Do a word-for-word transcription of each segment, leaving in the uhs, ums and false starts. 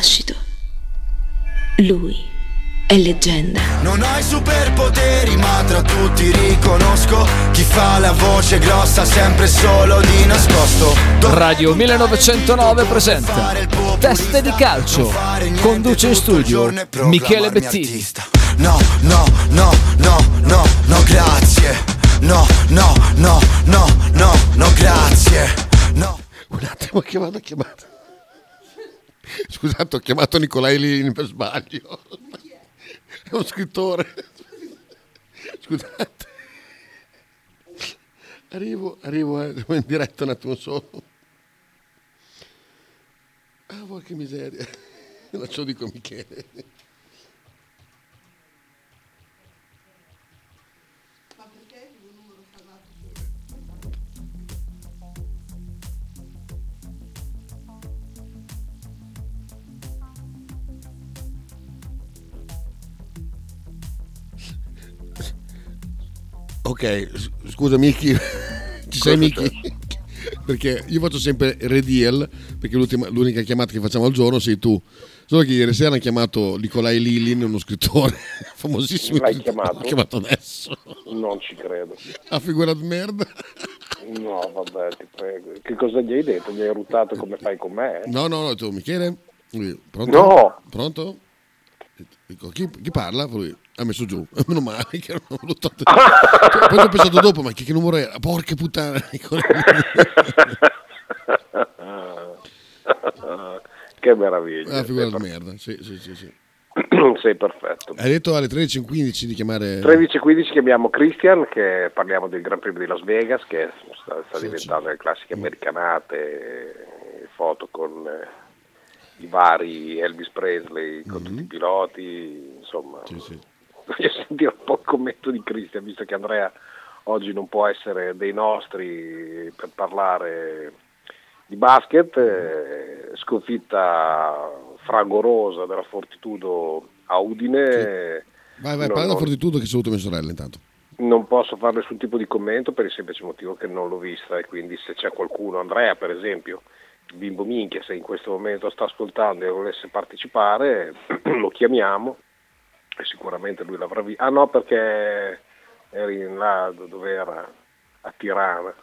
lascito. Lui è leggenda. Non hai superpoteri, ma tra tutti riconosco chi fa la voce grossa sempre solo di nascosto. Radio millenovecentonove presenta Teste di calcio. Conduce in studio Michele Bettini. No, no, no, no, no, no, grazie. No, no, no, no, no, no, grazie. No. Un attimo, ho chiamato, ho chiamato. Scusate, ho chiamato Nicolai Lilin per sbaglio. È uno scrittore. Scusate. Arrivo, arrivo eh, in diretta un attimo solo. Ah, voi che miseria. Non ce lo dico Michele. Ma perché il numero salvato? Ok, scusa Miki, ci sei Miki? Perché io faccio sempre Rediel, perché l'ultima, l'unica chiamata che facciamo al giorno sei tu. Solo che ieri sera hanno chiamato Nicolai Lilin, uno scrittore famosissimo. L'hai chiamato? L'ho chiamato adesso. Non ci credo. Ah, figura di merda. No, vabbè, ti prego. Che cosa gli hai detto? Gli hai ruttato come fai con me? No, no, no, tu Michele? Lui, pronto? No! Pronto? Dico, chi, chi parla? Lui ha messo giù, meno male che non ho voluto. Cioè, poi ho pensato dopo, ma che, che numero era? Porca puttana. Che meraviglia. Ah, figura di per... merda, sì, sì, sì, sì. Sei perfetto. Hai detto alle tredici e quindici di chiamare... tredici e quindici chiamiamo Christian, che parliamo del Gran Premio di Las Vegas, che sta, sta Sì, diventando sì. le classiche americanate, foto con eh, i vari Elvis Presley, con Mm-hmm. tutti i piloti, insomma. Sì, sì. Voglio sentire un po' il commento di Christian, visto che Andrea oggi non può essere dei nostri per parlare di basket. Eh, sconfitta fragorosa della Fortitudo a Udine. Vai, vai, Non- parla da non- Fortitudo che saluto mia sorella intanto. non posso fare nessun tipo di commento per il semplice motivo che non l'ho vista, e quindi se c'è qualcuno, Andrea per esempio, il bimbo minchia, se in questo momento sta ascoltando e volesse partecipare, lo chiamiamo e sicuramente lui l'avrà visto. Ah no, perché eri in là dove era, a Tirana.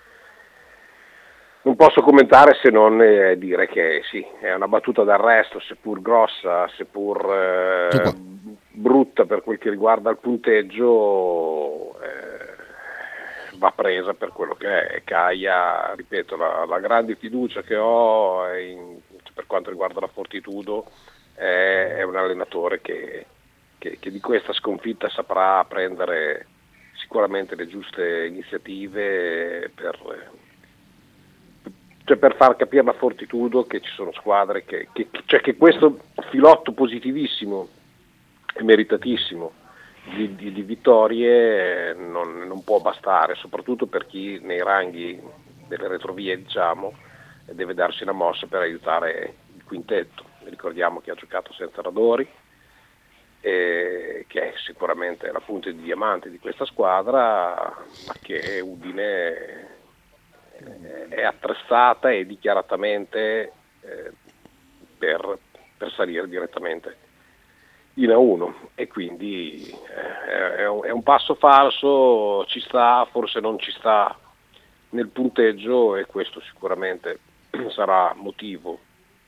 Non posso commentare se non eh, dire che sì, è una battuta d'arresto, seppur grossa, seppur eh, Tu qua. brutta per quel che riguarda il punteggio, eh, va presa per quello che è. Caia, ripeto, la, la grande fiducia che ho è in- per quanto riguarda la Fortitudo, è, è un allenatore che, che- che di questa sconfitta saprà prendere sicuramente le giuste iniziative per... cioè per far capire la Fortitudo che ci sono squadre che, che, cioè che questo filotto positivissimo e meritatissimo di, di, di vittorie non, non può bastare, soprattutto per chi nei ranghi delle retrovie, diciamo, deve darsi una mossa per aiutare il quintetto. Ricordiamo che ha giocato senza Radori, eh, che è sicuramente la punta di diamante di questa squadra, ma che Udine è attrezzata e dichiaratamente eh, per, per salire direttamente in A uno, e quindi eh, è, un, è un passo falso, ci sta, forse non ci sta nel punteggio, e questo sicuramente sarà motivo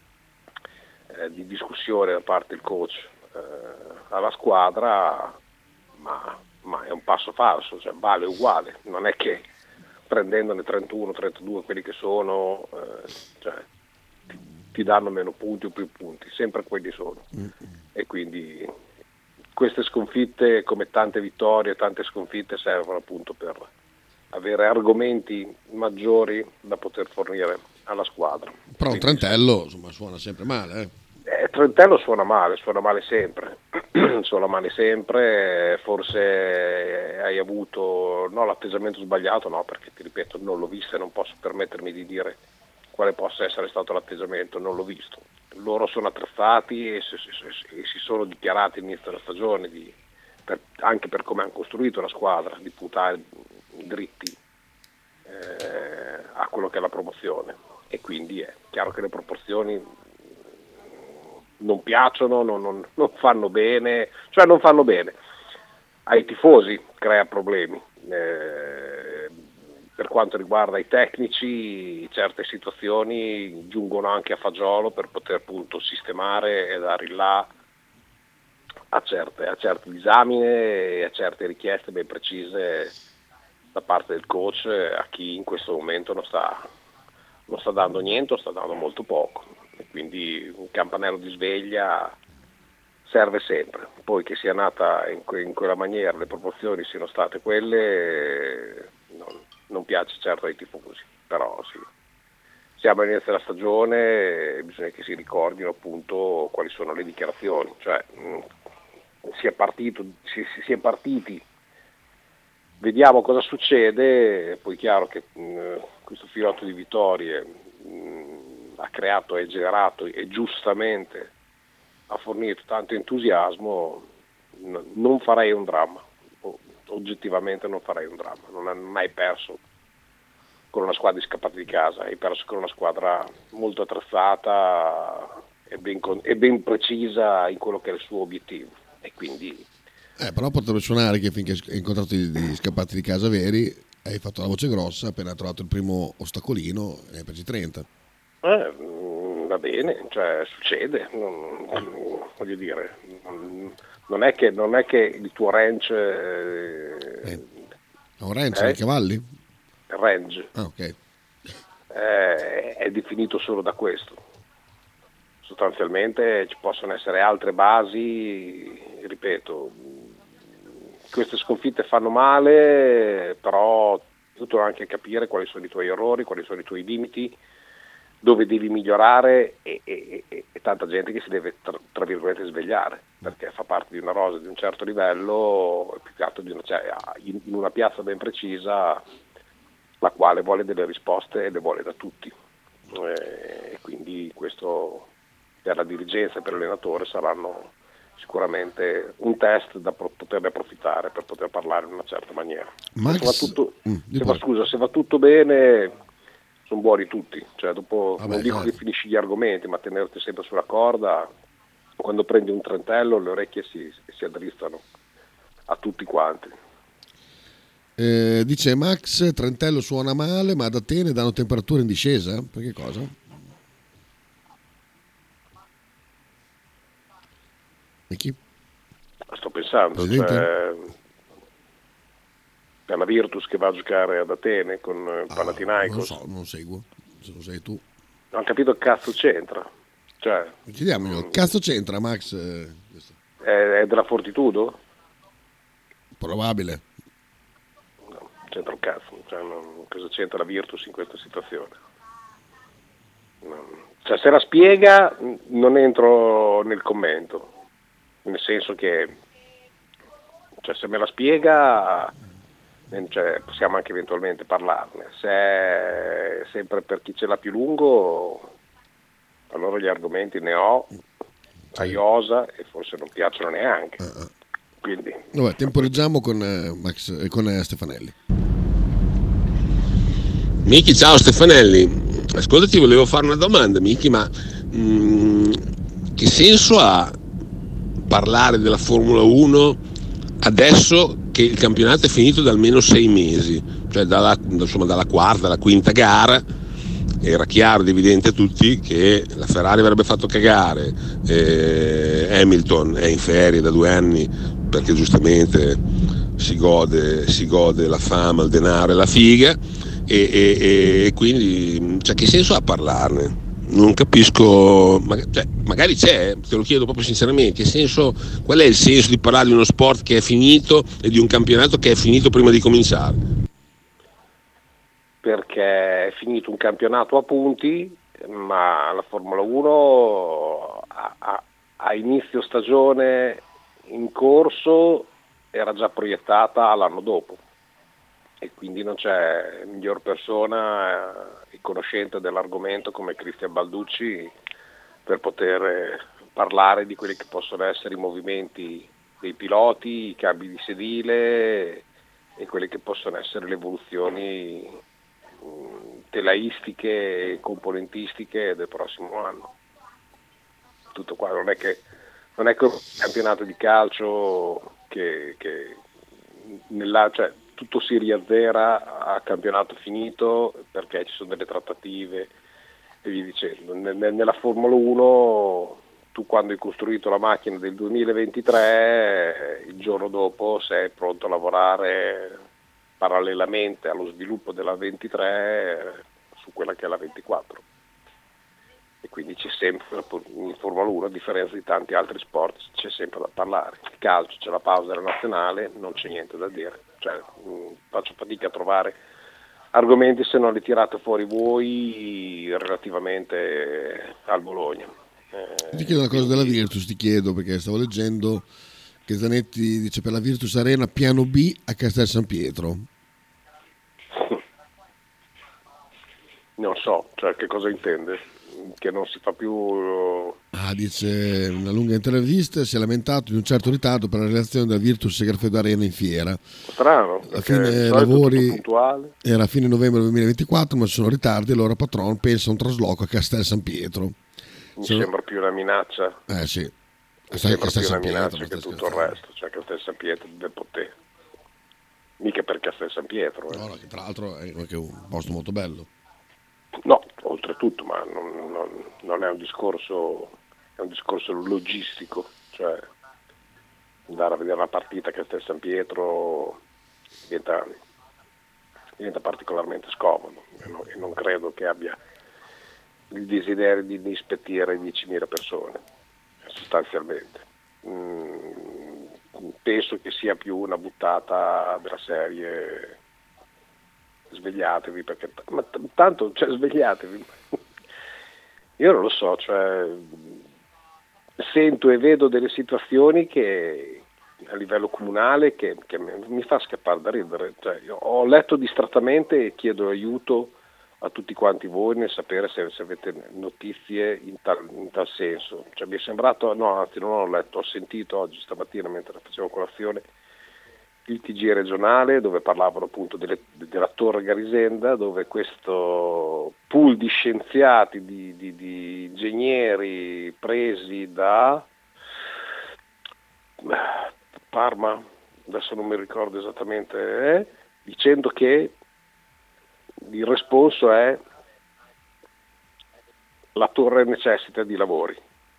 eh, di discussione da parte del coach eh, alla squadra, ma, ma è un passo falso, cioè vale uguale, non è che prendendone trentuno, trentadue quelli che sono, eh, cioè, ti, ti danno meno punti o più punti, sempre quelli sono. E quindi queste sconfitte, come tante vittorie, tante sconfitte, servono appunto per avere argomenti maggiori da poter fornire alla squadra. Però un Quindi, trentello, insomma, suona sempre male, eh. eh, Trentello suona male, suona male sempre, suona male sempre, forse hai avuto no, l'atteggiamento sbagliato, no, perché ti ripeto, non l'ho visto e non posso permettermi di dire quale possa essere stato l'atteggiamento, non l'ho visto. Loro sono attrezzati e si, si, si sono dichiarati all'inizio della stagione, di, per, anche per come hanno costruito la squadra, di puntare dritti eh, a quello che è la promozione, e quindi è chiaro che le proporzioni non piacciono, non, non, non fanno bene, cioè non fanno bene. Ai tifosi crea problemi. Eh, per quanto riguarda i tecnici, certe situazioni giungono anche a fagiolo per poter appunto sistemare e dare il là a certe, a certe disamine e a certe richieste ben precise da parte del coach a chi in questo momento non sta, non sta dando niente o sta dando molto poco. E quindi un campanello di sveglia serve sempre. Poi che sia nata in, que- in quella maniera, le proporzioni siano state quelle, non, non piace certo ai tifosi, però sì. Siamo all'inizio della stagione e bisogna che si ricordino appunto quali sono le dichiarazioni, cioè mh, si è partito, si, si, si è partiti, vediamo cosa succede, poi è chiaro che mh, questo filotto di vittorie mh, ha creato e generato e giustamente ha fornito tanto entusiasmo, n- non farei un dramma, o- oggettivamente non farei un dramma, non hai mai perso con una squadra di scappati di casa, hai perso con una squadra molto attrezzata e ben, con- e ben precisa in quello che è il suo obiettivo e quindi Eh, però potrebbe suonare che finché hai incontrato gli scappati di casa veri hai fatto la voce grossa, appena trovato il primo ostacolino e ne hai presi trenta. eh, mh, va bene, cioè succede, non, voglio dire, non, non è che, non è che il tuo range eh, Eh, a un ranch, eh, i cavalli? range Ah, ok. eh, è definito solo da questo. Sostanzialmente ci possono essere altre basi, ripeto, queste sconfitte fanno male, però tutto anche capire quali sono i tuoi errori, quali sono i tuoi limiti, dove devi migliorare e, e, e, e tanta gente che si deve tra, tra virgolette svegliare, perché fa parte di una rosa di un certo livello, più che altro di una, cioè, in, in una piazza ben precisa, la quale vuole delle risposte e le vuole da tutti. E quindi questo per la dirigenza e per l'allenatore saranno sicuramente un test da pro- poterne approfittare per poter parlare in una certa maniera. Max... Se va tutto, Mm, se va, scusa, se va tutto bene sono buoni tutti, cioè dopo Vabbè, non dico certo. che finisci gli argomenti, ma tenerti sempre sulla corda, quando prendi un trentello le orecchie si, si addrizzano a tutti quanti. Eh, dice Max, Trentello suona male, ma ad Atene danno temperatura in discesa? Per che cosa? E chi? Sto pensando, Presidente? cioè, è la Virtus che va a giocare ad Atene con eh, Ah, Panathinaikos. non so, non seguo. Se lo sai tu. Non ho capito che cazzo c'entra. Cioè, Chiediamolo, cazzo c'entra Max? Eh, questo? è, è della Fortitudo? Probabile. No, c'entra un cazzo. Cioè, non- cosa c'entra la Virtus in questa situazione? No. Cioè, se la spiega non entro nel commento, nel senso che cioè, se me la spiega eh, cioè, possiamo anche eventualmente parlarne. Se è sempre per chi ce l'ha più lungo, allora gli argomenti ne ho a iosa e forse non piacciono neanche. Quindi Vabbè, temporeggiamo con, eh, Max, eh, con eh, Stefanelli. Miki, ciao Stefanelli. Ascolta, ti volevo fare una domanda, Miki, ma mh, che senso ha parlare della Formula uno adesso che il campionato è finito da almeno sei mesi, cioè dalla, insomma, dalla quarta, alla quinta gara? Era chiaro ed evidente a tutti che la Ferrari avrebbe fatto cagare, eh, Hamilton è in ferie da due anni perché giustamente si gode, si gode la fama, il denaro e la figa, e, e, e quindi cioè, che senso ha parlarne? Non capisco, ma, cioè, magari c'è, te lo chiedo proprio sinceramente, che senso, qual è il senso di parlare di uno sport che è finito e di un campionato che è finito prima di cominciare? perché è finito un campionato a punti, ma la Formula uno a, a, a inizio stagione in corso era già proiettata all'anno dopo e quindi non c'è miglior persona e conoscente dell'argomento come Cristian Balducci per poter eh, parlare di quelli che possono essere i movimenti dei piloti, i cambi di sedile e quelle che possono essere le evoluzioni mh, telaistiche e componentistiche del prossimo anno. tutto qua, non è che non è che un campionato di calcio che, che nella, cioè, tutto si riazzera a campionato finito perché ci sono delle trattative e via dicendo. Nella Formula uno tu quando hai costruito la macchina del duemilaventitré, il giorno dopo sei pronto a lavorare parallelamente allo sviluppo della ventitré su quella che è la ventiquattro. E quindi c'è sempre in Formula uno, a differenza di tanti altri sport, c'è sempre da parlare. Il calcio c'è la pausa della nazionale, non c'è niente da dire, cioè, mh, faccio fatica a trovare argomenti se non li tirate fuori voi relativamente al Bologna. Eh, ti chiedo una cosa quindi... della Virtus, ti chiedo perché stavo leggendo che Zanetti dice per la Virtus Arena piano B a Castel San Pietro. Non so, cioè che cosa intende? Che non si fa più. Ah, dice una lunga intervista, si è lamentato di un certo ritardo per la realizzazione della Virtus Segafredo Arena in fiera. Strano, la fine lavori era a fine novembre duemilaventiquattro, ma ci sono ritardi e l'ora patron pensa a un trasloco a Castel San Pietro. Mi Sono... sembra più una minaccia. Eh sì. Mi sembra più una minaccia che tutto il resto, cioè Castel San Pietro del potere. Mica per Castel San Pietro. Eh. No, no, che tra l'altro è anche un posto molto bello. No, oltretutto, ma non, non, non è un discorso, è un discorso logistico, cioè andare a vedere una partita che sta a San Pietro diventa, diventa particolarmente scomodo e non, e non credo che abbia il desiderio di ispettire diecimila persone, sostanzialmente. Mm, penso che sia più una buttata della serie svegliatevi perché ma t- tanto cioè, svegliatevi io non lo so, cioè sento e vedo delle situazioni che a livello comunale che, che mi fa scappare da ridere, cioè, io ho letto distrattamente e chiedo aiuto a tutti quanti voi nel sapere se, se avete notizie in tal, in tal senso, cioè, mi è sembrato, no anzi non ho letto, ho sentito oggi stamattina mentre facevo colazione il T G regionale dove parlavano appunto delle, della Torre Garisenda, dove questo pool di scienziati, di, di, di ingegneri presi da Parma, adesso non mi ricordo esattamente, eh, dicendo che il responso è la torre necessita di lavori.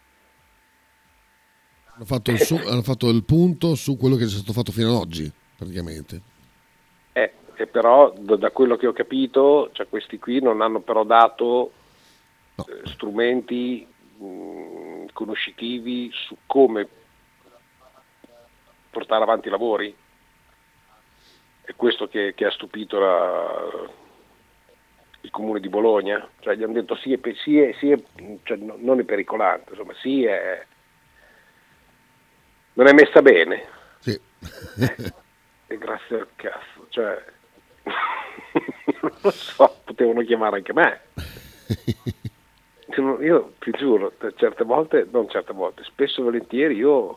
Hanno fatto, il su- hanno fatto il punto su quello che è stato fatto fino ad oggi, praticamente. Eh, e però da, da quello che ho capito, cioè questi qui non hanno però dato no. eh, strumenti mh, conoscitivi su come portare avanti i lavori. È questo che, che ha stupito la, il comune di Bologna, cioè gli hanno detto sì, è, sì, è, sì è, cioè, no, non è pericolante, insomma sì è, non è messa bene. Sì. eh, e grazie al cazzo, cioè non lo so, potevano chiamare anche me. Io ti giuro, certe volte, non certe volte, spesso e volentieri io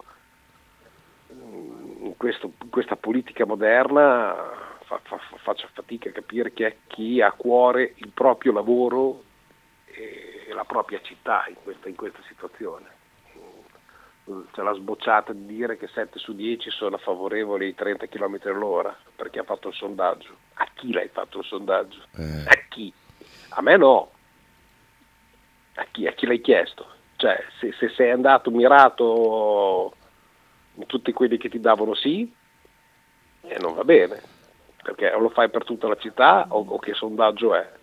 in, questo, in questa politica moderna fa, fa, faccio fatica a capire chi è chi ha a cuore il proprio lavoro e la propria città in questa, in questa situazione. C'è la sbocciata di dire che sette su dieci sono favorevoli ai trenta chilometri all'ora perché ha fatto il sondaggio. A chi l'hai fatto il sondaggio? Eh. A chi? A me no. A chi? A chi l'hai chiesto? Cioè, se, se sei andato mirato in tutti quelli che ti davano sì, eh, non va bene, perché o lo fai per tutta la città o, o che sondaggio è?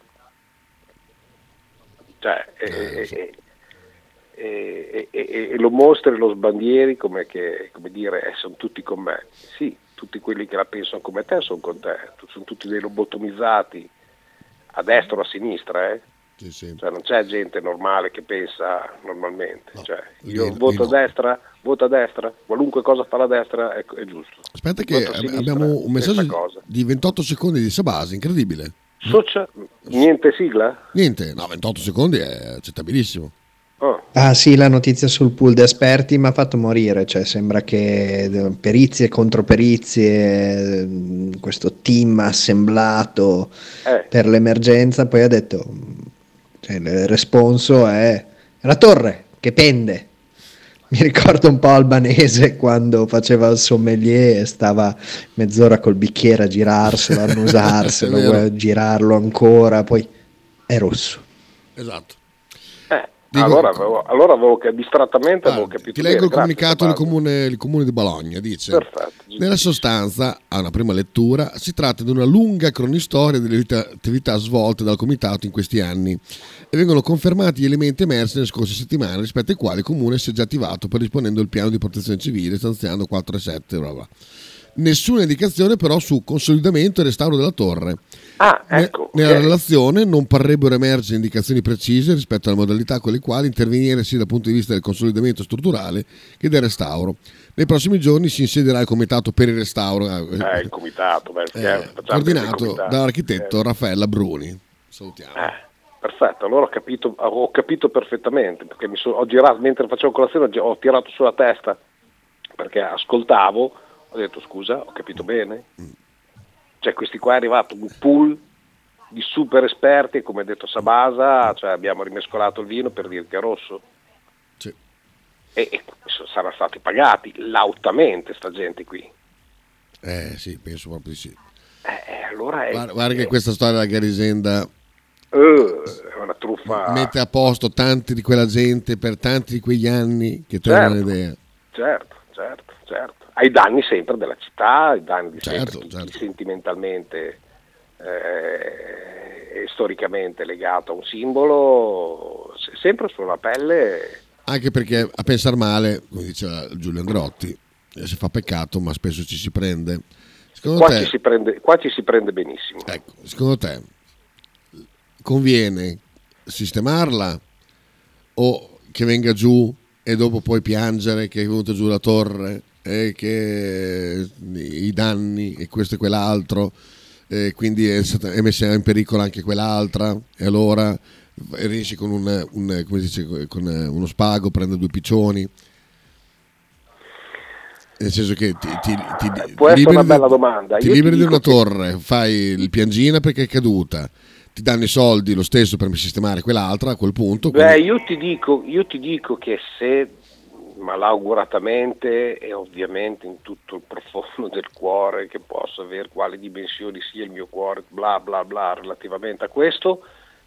Cioè, eh, eh, E, e, e, e lo mostri, lo sbandieri come, che, come dire eh, sono tutti con me. Sì, tutti quelli che la pensano come te sono con te, sono tutti dei lobotomizzati a destra o a sinistra, eh? Sì, sì. Cioè, non c'è gente normale che pensa normalmente, no, cioè, io lì, voto lì no. a destra, voto a destra, qualunque cosa fa la destra è, è giusto. Aspetta che Voto a sinistra, abbiamo un messaggio cosa. di ventotto secondi di Sabasi, incredibile. Socia- niente sigla? Niente, no, ventotto secondi è accettabilissimo. Oh. Ah sì, la notizia sul pool di esperti mi ha fatto morire, cioè sembra che perizie e controperizie, questo team assemblato Eh. per l'emergenza, poi ha detto, cioè, il responso è la torre che pende. Mi ricordo un po' Albanese quando faceva il sommelier e stava mezz'ora col bicchiere a girarselo, a annusarselo, È vero. a girarlo ancora, poi è rosso. Esatto. Eh, Dico- allora, avevo, allora avevo che distrattamente avevo Guarda, capito ti leggo bene, il comunicato del grazie, comune, il comune di Bologna, dice: Perfetto. nella sostanza, a una prima lettura, si tratta di una lunga cronistoria delle vita- attività svolte dal comitato in questi anni e vengono confermati gli elementi emersi nelle scorse settimane, rispetto ai quali il comune si è già attivato predisponendo il piano di protezione civile, stanziando quattro e sette, bla bla. Nessuna indicazione però su consolidamento e restauro della torre. Ah, Ne- ecco. Nella ok. relazione non parrebbero emergere indicazioni precise rispetto alle modalità con le quali intervenire sia dal punto di vista del consolidamento strutturale che del restauro. Nei prossimi giorni si insedierà il comitato per il restauro, eh, Eh, il comitato, beh, eh, scherzo, facciamo coordinato del comitato. dall'architetto Eh, Raffaella Bruni. Salutiamo. eh, perfetto, allora ho capito, ho capito perfettamente, perché mi so- ho girato, mentre facevo colazione, ho gi- ho tirato sulla testa, perché ascoltavo, ho detto scusa, ho capito bene? Cioè questi qua è arrivato un pool di super esperti, come ha detto Sabasa, cioè abbiamo rimescolato il vino per dire che è rosso. Sì. E, e so- saranno stati pagati lautamente sta gente qui. Eh sì, penso proprio di sì. Eh, eh, allora è, Guarda, guarda che è- questa storia della Garisenda eh, è una truffa. mette a posto tanti di quella gente per tanti di quegli anni che te non Certo. hai idea. Certo, certo, certo. Ai danni sempre della città, ai danni di Certo, sempre chi, certo. chi sentimentalmente eh, e storicamente legato a un simbolo, se- sempre sulla pelle. Anche perché a pensare male, come diceva Giulio Andreotti, eh, si fa peccato ma spesso ci si prende. Secondo Qua te, ci, si prende, qua ci si prende benissimo. ecco, secondo te conviene sistemarla o che venga giù e dopo poi piangere che è venuta giù la torre e che i danni e questo e quell'altro, e quindi è, stata, è messa in pericolo anche quell'altra, e allora riesci con, un, un, come si dice, con uno spago, prende due piccioni, nel senso che ti, ti, ti, Può ti essere liberi una di- bella domanda. ti Io ti liberi di dico una che- torre, fai il piangina perché è caduta, ti danno i soldi lo stesso per sistemare quell'altra a quel punto. Beh, quindi- io ti dico, io ti dico che se malauguratamente e ovviamente in tutto il profondo del cuore che posso avere quali dimensioni sia il mio cuore, bla bla bla, relativamente a questo,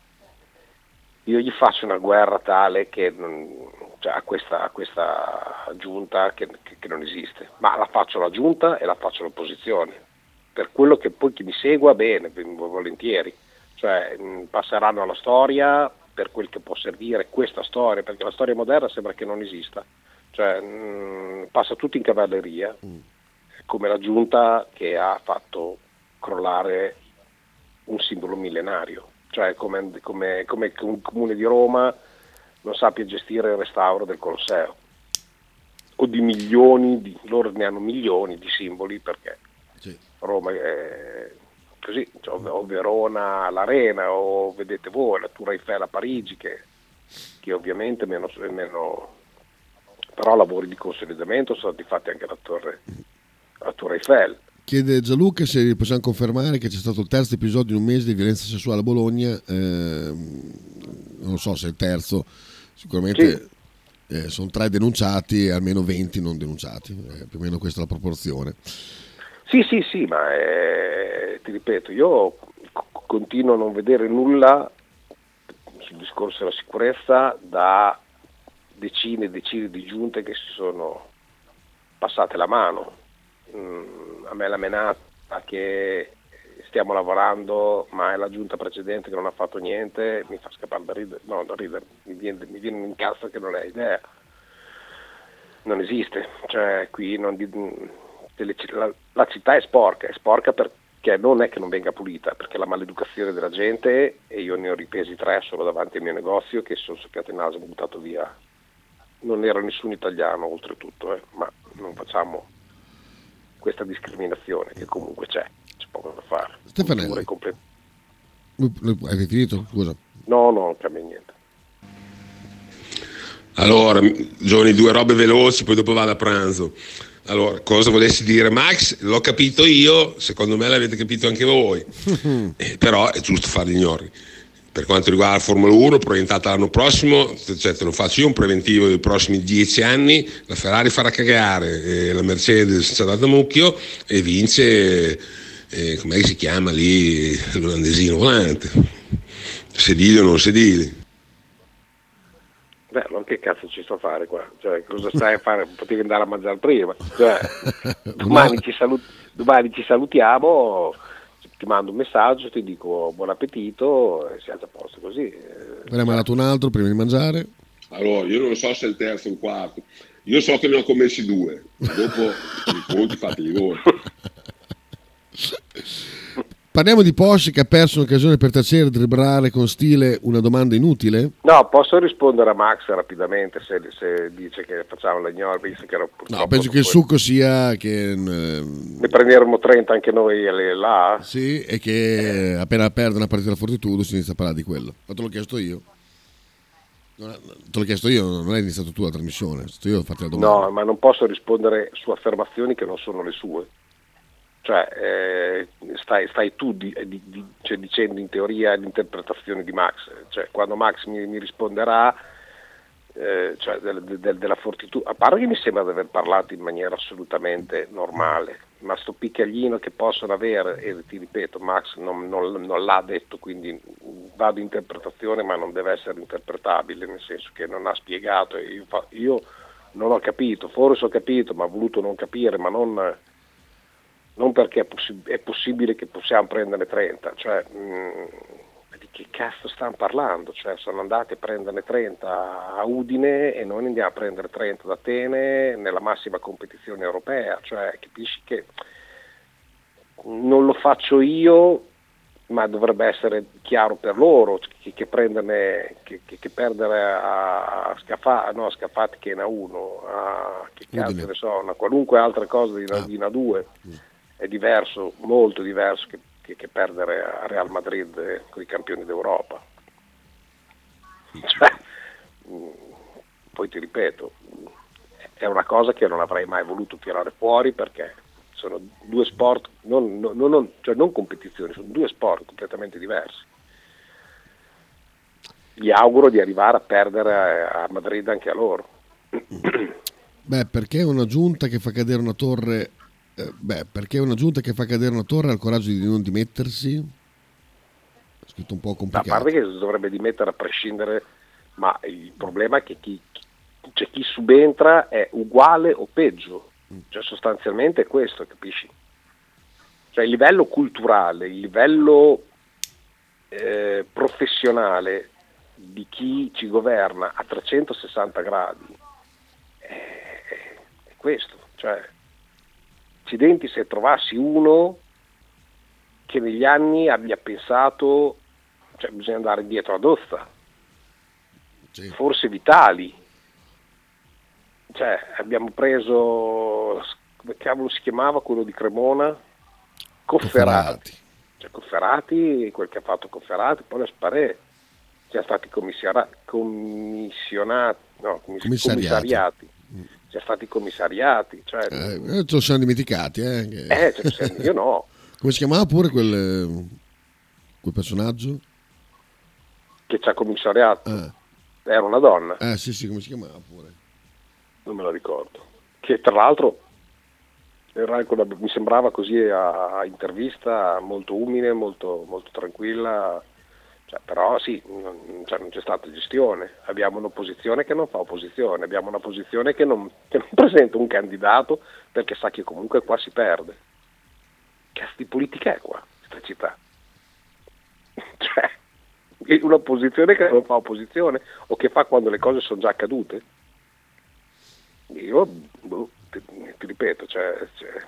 io gli faccio una guerra tale che non, cioè a, questa, a questa giunta che, che- che non esiste, ma la faccio alla giunta e la faccio all'opposizione, per quello che poi chi mi segua bene, volentieri, cioè mh, passeranno alla storia per quel che può servire questa storia, perché la storia moderna sembra che non esista, cioè mh, passa tutto in cavalleria, come la giunta che ha fatto crollare un simbolo millenario, cioè come, come, come un comune di Roma non sappia gestire il restauro del Colosseo o di milioni, di, loro ne hanno milioni di simboli perché Sì. Roma è così, cioè, o Verona l'Arena, o vedete voi la Tour Eiffel a Parigi che, che ovviamente meno, meno, però lavori di consolidamento sono stati fatti anche alla Torre, alla Tour Eiffel. Chiede Gianluca se possiamo confermare che c'è stato il terzo episodio in un mese di violenza sessuale a Bologna, ehm, non so se è il terzo, sicuramente eh, sono tre denunciati e almeno venti non denunciati, eh, più o meno questa è la proporzione. Sì, sì, sì, ma eh, ti ripeto, io c- continuo a non vedere nulla sul discorso della sicurezza da decine e decine di giunte che si sono passate la mano. Mm, a me la menata che stiamo lavorando, ma è la giunta precedente che non ha fatto niente, mi fa scappare da ridere, no, da ridere, mi viene, mi viene in cassa che non hai idea. Non esiste, cioè qui non di- delle- la, la città è sporca, è sporca perché non è che non venga pulita, perché la maleducazione della gente, e io ne ho ripresi tre solo davanti al mio negozio che sono soffiato in naso e buttato via. Non era nessun italiano oltretutto, eh, ma non facciamo questa discriminazione che comunque c'è, c'è poco da fare. Stefanelli. Cultura è comple- Hai finito? Scusa. No, no, non cambia niente. Allora, giovani, due robe veloci, poi dopo vado a pranzo. Allora, cosa volessi dire, Max? L'ho capito io, secondo me l'avete capito anche voi, eh, però è giusto fare gli ignori. Per quanto riguarda la Formula uno, proiettata l'anno prossimo, cioè te lo faccio io un preventivo dei prossimi dieci anni, la Ferrari farà cagare, eh, la Mercedes sarà da mucchio e vince, eh, com'è che si chiama lì, l'olandesino volante, sedili o non sedili. Beh, allora che cazzo ci sto a fare qua? Cioè, cosa stai a fare? Potevi andare a mangiare prima. Cioè, domani, ci salut- domani ci salutiamo, ti mando un messaggio, ti dico buon appetito e siamo a posto così. Me ne hai mandato un altro prima di mangiare? Allora, io non so se è il terzo o il quarto, io so che ne ho commessi due, dopo i conti fateli voi. Parliamo di Porsche che ha perso un'occasione per tacere e dribblare con stile una domanda inutile? No, posso rispondere a Max rapidamente se, se dice che facciamo l'agnolo, visto che ero purtroppo... No, penso che il succo sia che... eh, Ne prenderemo trenta anche noi alle- là? Sì, e che appena perde una partita da Fortitudo si inizia a parlare di quello. Ma te l'ho chiesto io. Non è- te l'ho chiesto io, non hai iniziato tu la trasmissione. Sto io a farti la domanda. No, ma non posso rispondere su affermazioni che non sono le sue. Cioè, eh, stai, stai tu di, di, di- cioè, dicendo in teoria l'interpretazione di Max. Cioè, quando Max mi, mi risponderà eh, cioè, del- del- della Fortitudo, a parte che mi sembra di aver parlato in maniera assolutamente normale, ma sto piccaglino che possono avere, e ti ripeto, Max non, non- non l'ha detto, quindi vado in interpretazione, ma non deve essere interpretabile, nel senso che non ha spiegato, e io, fa- io non ho capito, forse ho capito, ma ho voluto non capire, ma non... non perché è, possi- è possibile che possiamo prenderne trenta, cioè mh, di che cazzo stanno parlando? Cioè, sono andati a prenderne trenta a Udine e noi andiamo a prendere trenta ad Atene nella massima competizione europea, cioè capisci che non lo faccio io, ma dovrebbe essere chiaro per loro che, che prenderne che, che, che perdere a Scafa, no, a Scafati che è in A uno, a che cazzo Udine. ne so, una qualunque altra cosa di, Ah. di in A due è diverso, molto diverso che, che, che perdere a Real Madrid eh, con i campioni d'Europa. Cioè, mh, poi ti ripeto, è una cosa che non avrei mai voluto tirare fuori perché sono due sport, non, non, non- cioè non competizioni, sono due sport completamente diversi. Gli auguro di arrivare a perdere a Madrid anche a loro. Beh, perché una giunta che fa cadere una torre... eh, beh, perché una giunta che fa cadere una torre ha il coraggio di non dimettersi? È scritto un po' A complicato. parte che si dovrebbe dimettere a prescindere, ma il problema è che chi, chi- cioè chi subentra è uguale o peggio, cioè sostanzialmente è questo, capisci? Cioè il livello culturale, il livello eh, professionale di chi ci governa a trecentosessanta gradi è, è questo, cioè accidenti se trovassi uno che negli anni abbia pensato, cioè bisogna andare indietro ad Ozza, Sì. forse Vitali, cioè abbiamo preso, come cavolo si chiamava quello di Cremona? Cofferati, Cofferati. cioè Cofferati, quel che ha fatto Cofferati, poi le Sparè, siamo stati commissara- commissionati, no, commiss- Commissariati. commissariati, siamo stati commissariati, cioè, Eh, ce lo siamo dimenticati, eh. che- eh, cioè, se- io no, Come si chiamava pure quel, eh, quel personaggio? che ci ha commissariato, Ah. era una donna, Eh sì, sì, come si chiamava pure? non me la ricordo, che tra l'altro era quella- mi sembrava così a, a intervista molto umile, molto, molto tranquilla, cioè, però sì, non, cioè, non c'è stata gestione, abbiamo un'opposizione che non fa opposizione, abbiamo una posizione che non, che non presenta un candidato perché sa che comunque qua si perde. Cazzo di politica è qua, questa città? Cioè, un'opposizione che non fa opposizione o che fa quando le cose sono già accadute? Io, boh, ti, ti ripeto, cioè, cioè,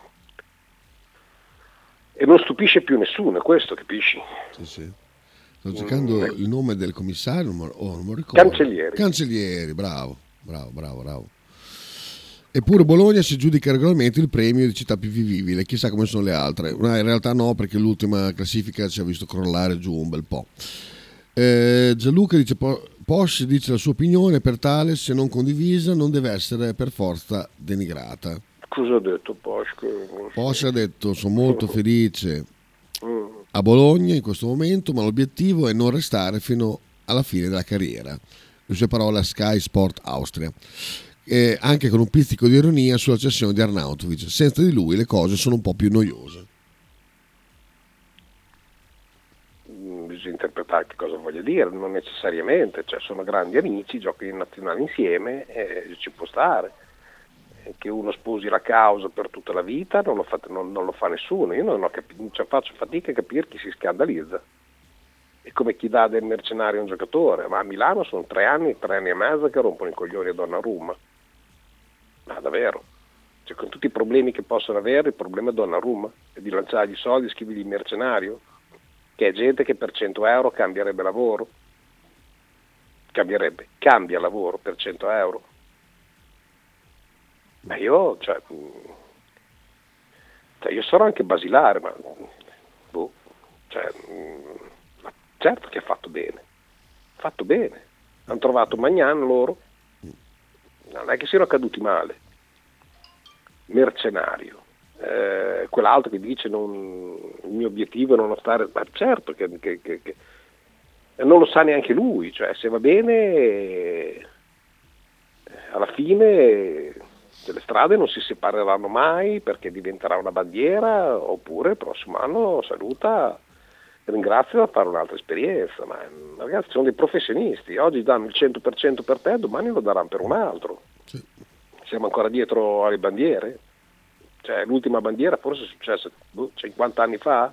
e non stupisce più nessuno, è questo, capisci? Sì, sì. Sto cercando il nome del commissario, non me- oh, non me lo ricordo. Cancellieri. Cancellieri, bravo, bravo, bravo, bravo. Eppure Bologna si giudica regolarmente il premio di città più vivibile, chissà come sono le altre. No, in realtà no, perché l'ultima classifica ci ha visto crollare giù un bel po'. Eh, Gianluca dice, Po- Porsche dice la sua opinione, per tale, se non condivisa, non deve essere per forza denigrata. Cosa ho detto Porsche? Porsche ha detto, sono molto felice, Mm. a Bologna in questo momento, ma l'obiettivo è non restare fino alla fine della carriera. Le sue parole a Sky Sport Austria. Eh, anche con un pizzico di ironia sulla cessione di Arnautovic. Senza di lui le cose sono un po' più noiose. Bisogna interpretare che cosa voglia dire, non necessariamente, cioè sono grandi amici, giocano in nazionale insieme, eh, ci può stare. Che uno sposi la causa per tutta la vita non lo fa, non, non lo fa nessuno. Io non ho capito, cioè faccio fatica a capire chi si scandalizza. È come chi dà del mercenario a un giocatore, ma a Milano sono tre anni, tre anni e mezzo che rompono i coglioni a Donnarumma. Ma davvero, cioè, con tutti i problemi che possono avere, il problema è Donnarumma, è di lanciargli soldi e scrivergli il mercenario, che è gente che per cento euro cambierebbe lavoro, cambierebbe, cambia lavoro per cento euro. Ma io, cioè, cioè, io sarò anche basilare, ma boh, cioè, certo che ha fatto bene, ha fatto bene, hanno trovato Magnan loro, non è che siano caduti male, mercenario, eh, quell'altro che dice non, il mio obiettivo è non stare, ma certo che, che, che, che non lo sa neanche lui, cioè se va bene alla fine le strade non si separeranno mai perché diventerà una bandiera, oppure il prossimo anno saluta, ringrazia da fare un'altra esperienza. Ma ragazzi, sono dei professionisti, oggi danno il cento per cento per te, domani lo daranno per un altro. Sì. Siamo ancora dietro alle bandiere, cioè l'ultima bandiera forse è successa boh, cinquanta anni fa,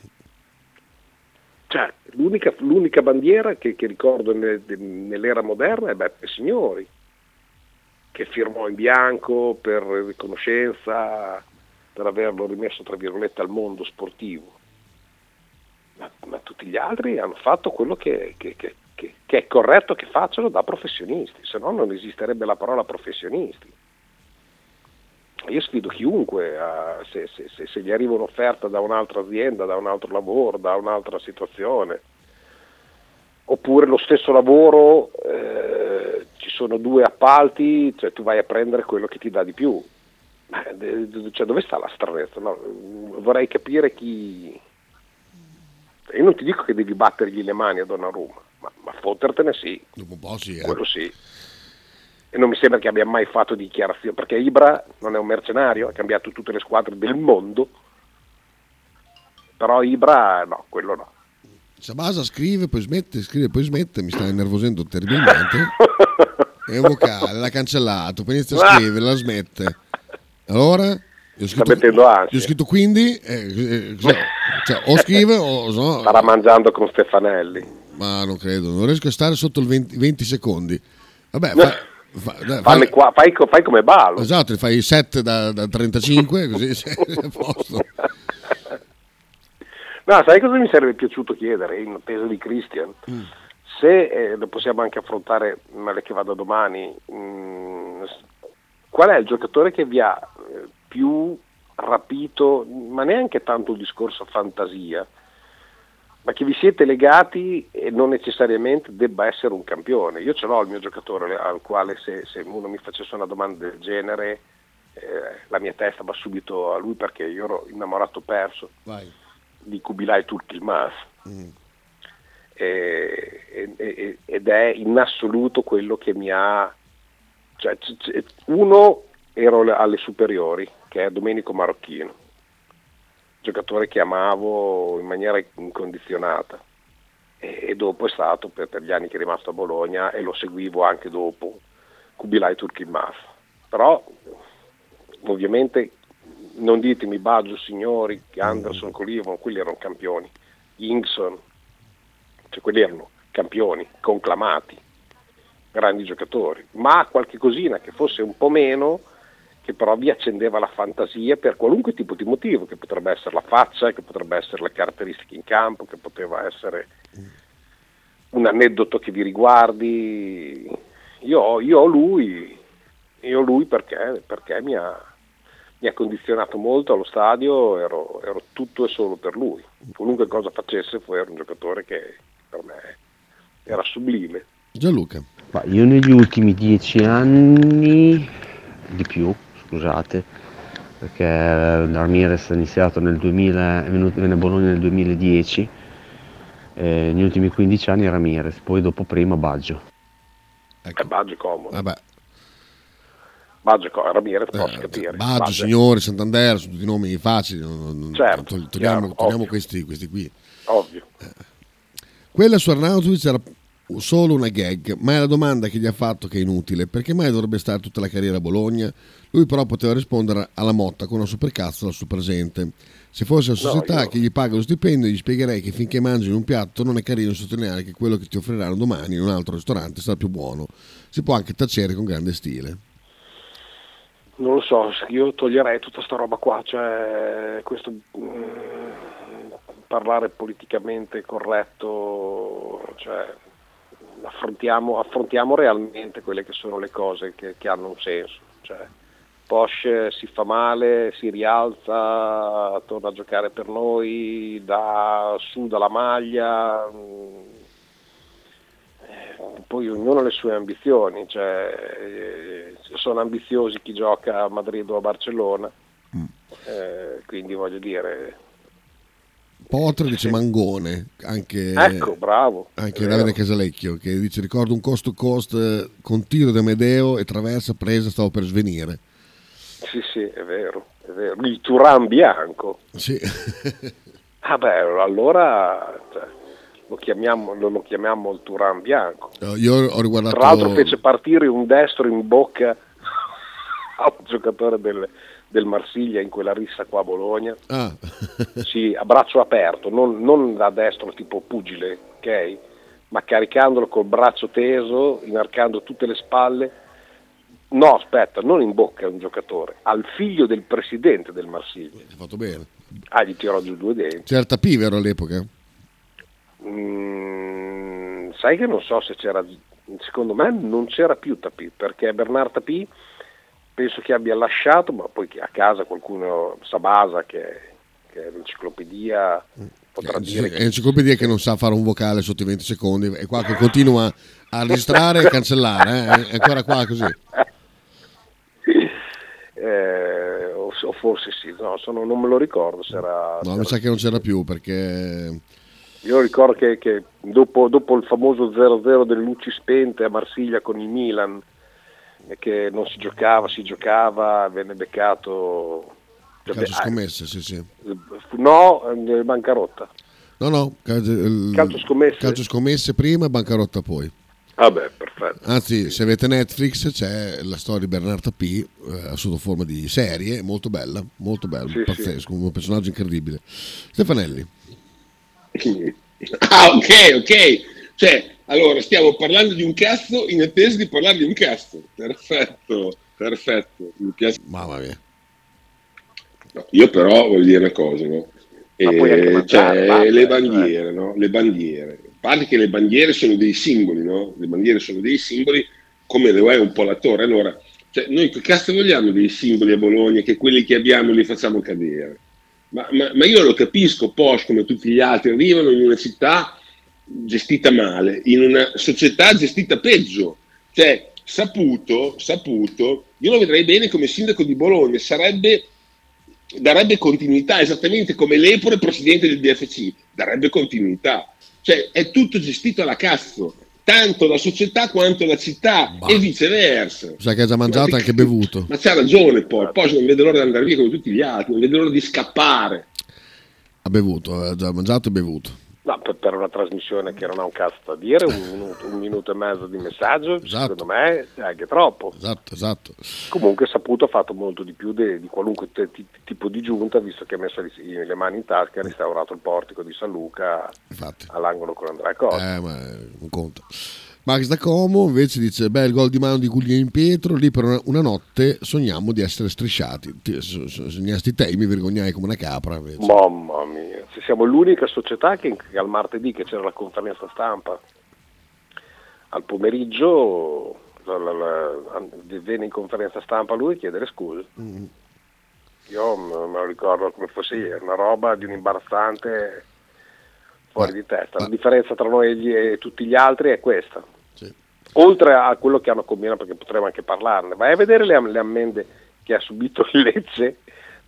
cioè l'unica, l'unica bandiera che, che ricordo nel, nell'era moderna è Beppe Signori, che firmò in bianco per riconoscenza, per averlo rimesso tra virgolette al mondo sportivo, ma, ma tutti gli altri hanno fatto quello che, che, che, che, che è corretto che facciano da professionisti, se no non esisterebbe la parola professionisti. Io sfido chiunque, a, se, se, se, se gli arriva un'offerta da un'altra azienda, da un altro lavoro, da un'altra situazione, oppure lo stesso lavoro, eh, ci sono due appalti, cioè tu vai a prendere quello che ti dà di più. Cioè, dove sta la stranezza? No? Vorrei capire chi... Io non ti dico che devi battergli le mani a Donnarumma, ma, ma fottertene sì, dopo un po' sì, eh. quello sì. E non mi sembra che abbia mai fatto dichiarazioni, perché Ibra non è un mercenario, ha cambiato tutte le squadre del mondo, però Ibra no, quello no. Sabasa scrive, poi smette, scrive, poi smette, mi sta innervosendo terribilmente. È un vocale, l'ha cancellato, poi inizia a scrivere, la smette. Allora, io ho scritto, sta mettendo ansia. Io ho scritto quindi, eh, cioè, cioè, o scrive o no. Starà mangiando con Stefanelli. Ma non credo, non riesco a stare sotto il venti, venti secondi. Vabbè, fa, fa, dai, fai, qua, fai, fai come ballo. Esatto, fai sette da, da trentacinque, così sei a posto. No, sai cosa mi sarebbe piaciuto chiedere in attesa di Christian? Mm. Se eh, lo possiamo anche affrontare, male che vada domani, mh, qual è il giocatore che vi ha eh, più rapito, ma neanche tanto il discorso fantasia, ma che vi siete legati e non necessariamente debba essere un campione? Io ce l'ho il mio giocatore al quale se, se uno mi facesse una domanda del genere eh, la mia testa va subito a lui, perché io ero innamorato perso. Vai. Di Kubilay Turkilmaz, mm. e, e, ed è in assoluto quello che mi ha, cioè, c- uno ero alle superiori, che è Domenico Marocchino, giocatore che amavo in maniera incondizionata, e, e dopo è stato per, per gli anni che è rimasto a Bologna, e lo seguivo anche dopo, Kubilay Turkilmaz. Però ovviamente non ditemi Baggio, Signori, Anderson, Colivon, quelli erano campioni, Ingson, cioè quelli erano campioni, conclamati, grandi giocatori, ma qualche cosina che fosse un po' meno, che però vi accendeva la fantasia per qualunque tipo di motivo, che potrebbe essere la faccia, che potrebbe essere le caratteristiche in campo, che poteva essere un aneddoto che vi riguardi. Io ho, io ho lui, io ho lui perché, perché mi ha mi ha condizionato molto allo stadio, ero, ero tutto e solo per lui, qualunque cosa facesse fu era un giocatore che per me era sublime. Gianluca. Ma io negli ultimi dieci anni, di più, scusate, perché Ramirez è iniziato nel duemila, è venuto venne a Bologna nel duemiladieci, e negli ultimi quindici anni Ramirez, poi dopo prima Baggio. Ecco. Eh, Baggio è comodo. Vabbè. Baggio è comodo, Ramirez Eh, posso capire. Baggio, Baggio. Signore, Santander, sono tutti nomi facili. Non, non, Certo, tol- chiaro, togliamo togliamo ovvio. questi, questi qui. Ovvio. Quella su Arnautovic era solo una gag, ma è la domanda che gli ha fatto che è inutile. Perché mai dovrebbe stare tutta la carriera a Bologna? Lui però poteva rispondere alla Motta con una supercazzo al suo presente. Se fosse la società No, io- che gli paga lo stipendio, gli spiegherei che finché mangi in un piatto non è carino sottolineare che quello che ti offriranno domani in un altro ristorante sarà più buono. Si può anche tacere con grande stile. Non lo so, io toglierei tutta sta roba qua, cioè questo mm, parlare politicamente corretto, cioè affrontiamo, affrontiamo realmente quelle che sono le cose che, che hanno un senso, cioè Porsche si fa male, si rialza, torna a giocare per noi, dà su dalla maglia, mm, poi ognuno ha le sue ambizioni, cioè, eh, sono ambiziosi chi gioca a Madrid o a Barcellona, eh, quindi voglio dire, Potre dice Mangone, anche, ecco, bravo, anche è Davide vero. Casalecchio, che dice ricordo un cost to cost eh, con tiro di Amedeo e traversa presa, stavo per svenire. Sì, sì, è vero, è vero. Il Turan bianco. Sì. Ah beh, allora cioè, lo, chiamiamo, lo, lo chiamiamo il Turan bianco. Io ho riguardato... Tra l'altro fece partire un destro in bocca a un giocatore del, del Marsiglia in quella rissa qua a Bologna. Ah. Sì, a braccio aperto, non, non da destro tipo pugile, ok? Ma caricandolo col braccio teso, inarcando tutte le spalle. No, aspetta, non in bocca a un giocatore, al figlio del presidente del Marsiglia. Hai fatto bene. Ah, gli tirò giù due denti. C'era Tapivero all'epoca? Mm, sai che non so se c'era, secondo me non c'era più Tapì, perché Bernard Tapì penso che abbia lasciato, ma poi che a casa qualcuno, Sabasa, che, che è l'enciclopedia, potrà Eh, dire sì, è un'enciclopedia che non sa fare un vocale sotto i venti secondi, è qua che continua a registrare e cancellare, eh? È ancora qua così. Eh, o, o forse sì, no, sono, non me lo ricordo se era, No, se mi era- sa che non c'era più perché... Io ricordo che, che dopo, dopo il famoso zero zero delle luci spente a Marsiglia con il Milan, e che non si giocava, si giocava, venne beccato. Calcio scommesse, sì, sì. No, eh, bancarotta. No, no, calcio, il- Calcio scommesse? calcio scommesse prima e bancarotta poi. Vabbè, perfetto. Anzi, se avete Netflix c'è la storia di Bernard Tapie eh, sotto forma di serie, molto bella, molto bella, Sì, pazzesco, un personaggio incredibile. Stefanelli. Ah, ok, ok. Cioè, allora stiamo parlando di un cazzo in attesa di parlare di un cazzo. Perfetto, perfetto. Mi piace. Mamma mia. No, io però voglio dire una cosa, no? Ma puoi anche Eh, mangiare, cioè, basta, le eh, bandiere, no? Le bandiere. A parte che le bandiere sono dei simboli, no? Le bandiere sono dei simboli, come lo è un po' la torre. Allora, cioè, noi che cazzo vogliamo dei simboli a Bologna che quelli che abbiamo li facciamo cadere? Ma, ma, ma io lo capisco, Porsche come tutti gli altri arrivano in una città gestita male, in una società gestita peggio, cioè saputo, saputo, io lo vedrei bene come sindaco di Bologna, sarebbe, darebbe continuità, esattamente come Lepore, presidente del D F C, darebbe continuità, cioè è tutto gestito alla cazzo, tanto la società quanto la città Bah. e viceversa. Sa che ha già mangiato e anche bevuto. Ma c'ha ragione poi, poi non vede l'ora di andare via come tutti gli altri, non vede l'ora di scappare. Ha bevuto, ha già mangiato e bevuto. No, per, per una trasmissione che non ha un cazzo da dire, un minuto, un minuto e mezzo di messaggio, Esatto. secondo me è anche troppo. Esatto, esatto. Comunque Saputo ha fatto molto di più de- di qualunque te- ti- tipo di giunta, visto che ha messo le, le mani in tasca e ha restaurato il portico di San Luca Infatti. all'angolo con Andrea Costa. Eh, ma non conta. Max da Como invece dice: beh, il gol di mano di Guglielmin Pietro. Lì per una, una notte sogniamo di essere strisciati. Ti- so- so- Sognasti te, mi vergognai come una capra. Invece. Mamma mia, se siamo l'unica società che, che al martedì che c'era la conferenza stampa al pomeriggio la, la, la, venne in conferenza stampa lui a chiedere scuse. Mm. Io me me lo ricordo come fosse ieri, una roba di un imbarazzante fuori Ma- di testa. ma- La differenza tra noi e, gli- e tutti gli altri è questa. Sì. Oltre a quello che hanno combinato, perché potremmo anche parlarne, vai a vedere le, am- le ammende che ha subito il Lecce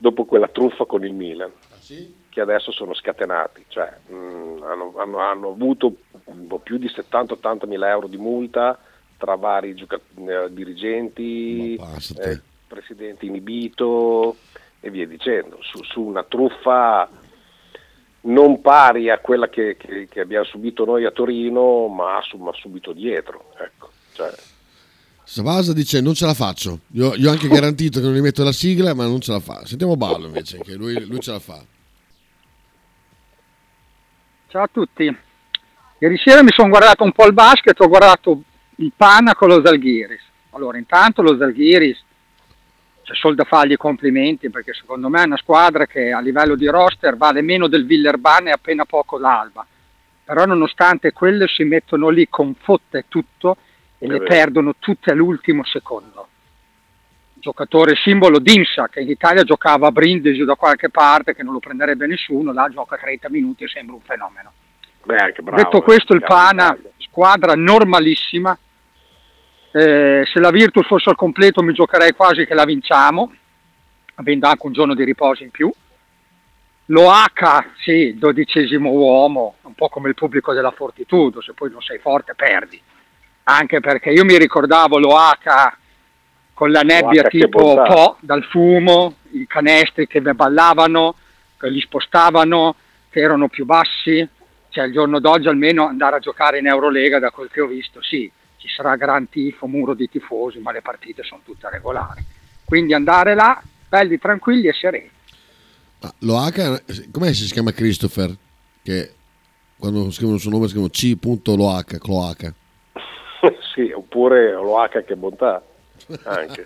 dopo quella truffa con il Milan, Ah, sì? che adesso sono scatenati, cioè mh, hanno, hanno, hanno avuto un po' più di settanta ottanta mila euro di multa tra vari gioca- eh, dirigenti, Ma basta te. eh, presidente inibito e via dicendo, su, su una truffa non pari a quella che, che, che abbiamo subito noi a Torino, ma, su, ma subito dietro, ecco. Cioè, Savasa dice non ce la faccio, io, io ho anche garantito che non gli metto la sigla, ma non ce la fa. Sentiamo Ballo invece, che lui, lui ce la fa. Ciao a tutti. Ieri sera mi sono guardato un po' il basket, ho guardato il Pana con lo Zalgiris. Allora, intanto lo Zalgiris c'è solo da fargli i complimenti, perché secondo me è una squadra che a livello di roster vale meno del Villeurbanne e appena poco l'Alba. Però nonostante quelle si mettono lì con fotte e tutto e le perdono tutte all'ultimo secondo. Giocatore simbolo Dinsa, che in Italia giocava a Brindisi da qualche parte, che non lo prenderebbe nessuno, là gioca trenta minuti e sembra un fenomeno. beh, anche bravo, Detto questo, eh, il Pana, Italia. squadra normalissima. Eh, se la Virtus fosse al completo mi giocherei quasi che la vinciamo, avendo anche un giorno di riposo in più. L'Oaca, sì, dodicesimo uomo, un po' come il pubblico della Fortitudo, se poi non sei forte perdi. Anche perché io mi ricordavo l'Oaca con la nebbia L'Oaca che tipo bontà. Po dal fumo, i canestri che ballavano, che li spostavano, che erano più bassi. Cioè il giorno d'oggi almeno andare a giocare in Eurolega, da quel che ho visto, sì, ci sarà gran tifo, muro di tifosi, ma le partite sono tutte regolari. Quindi andare là, belli, tranquilli e sereni. Ah, Loaca, com'è si chiama Christopher? Che quando scrivono il suo nome scrivono C. Loaca, Cloaca. Sì, oppure l'Oaca che bontà, anche.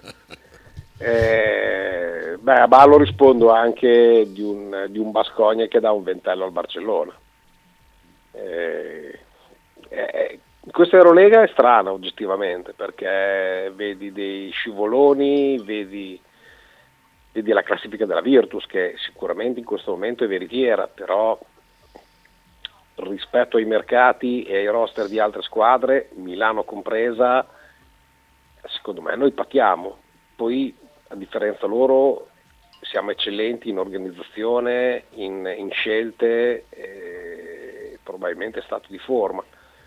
Eh, beh, a Ballo rispondo anche di un, di un Baskonia che dà un ventello al Barcellona. Eh, eh, questa Eurolega è strana oggettivamente, perché vedi dei scivoloni, vedi, vedi la classifica della Virtus, che sicuramente in questo momento è veritiera, però rispetto ai mercati e ai roster di altre squadre, Milano compresa, secondo me noi patiamo. Poi a differenza loro siamo eccellenti in organizzazione, in, in scelte, e probabilmente stato di forma.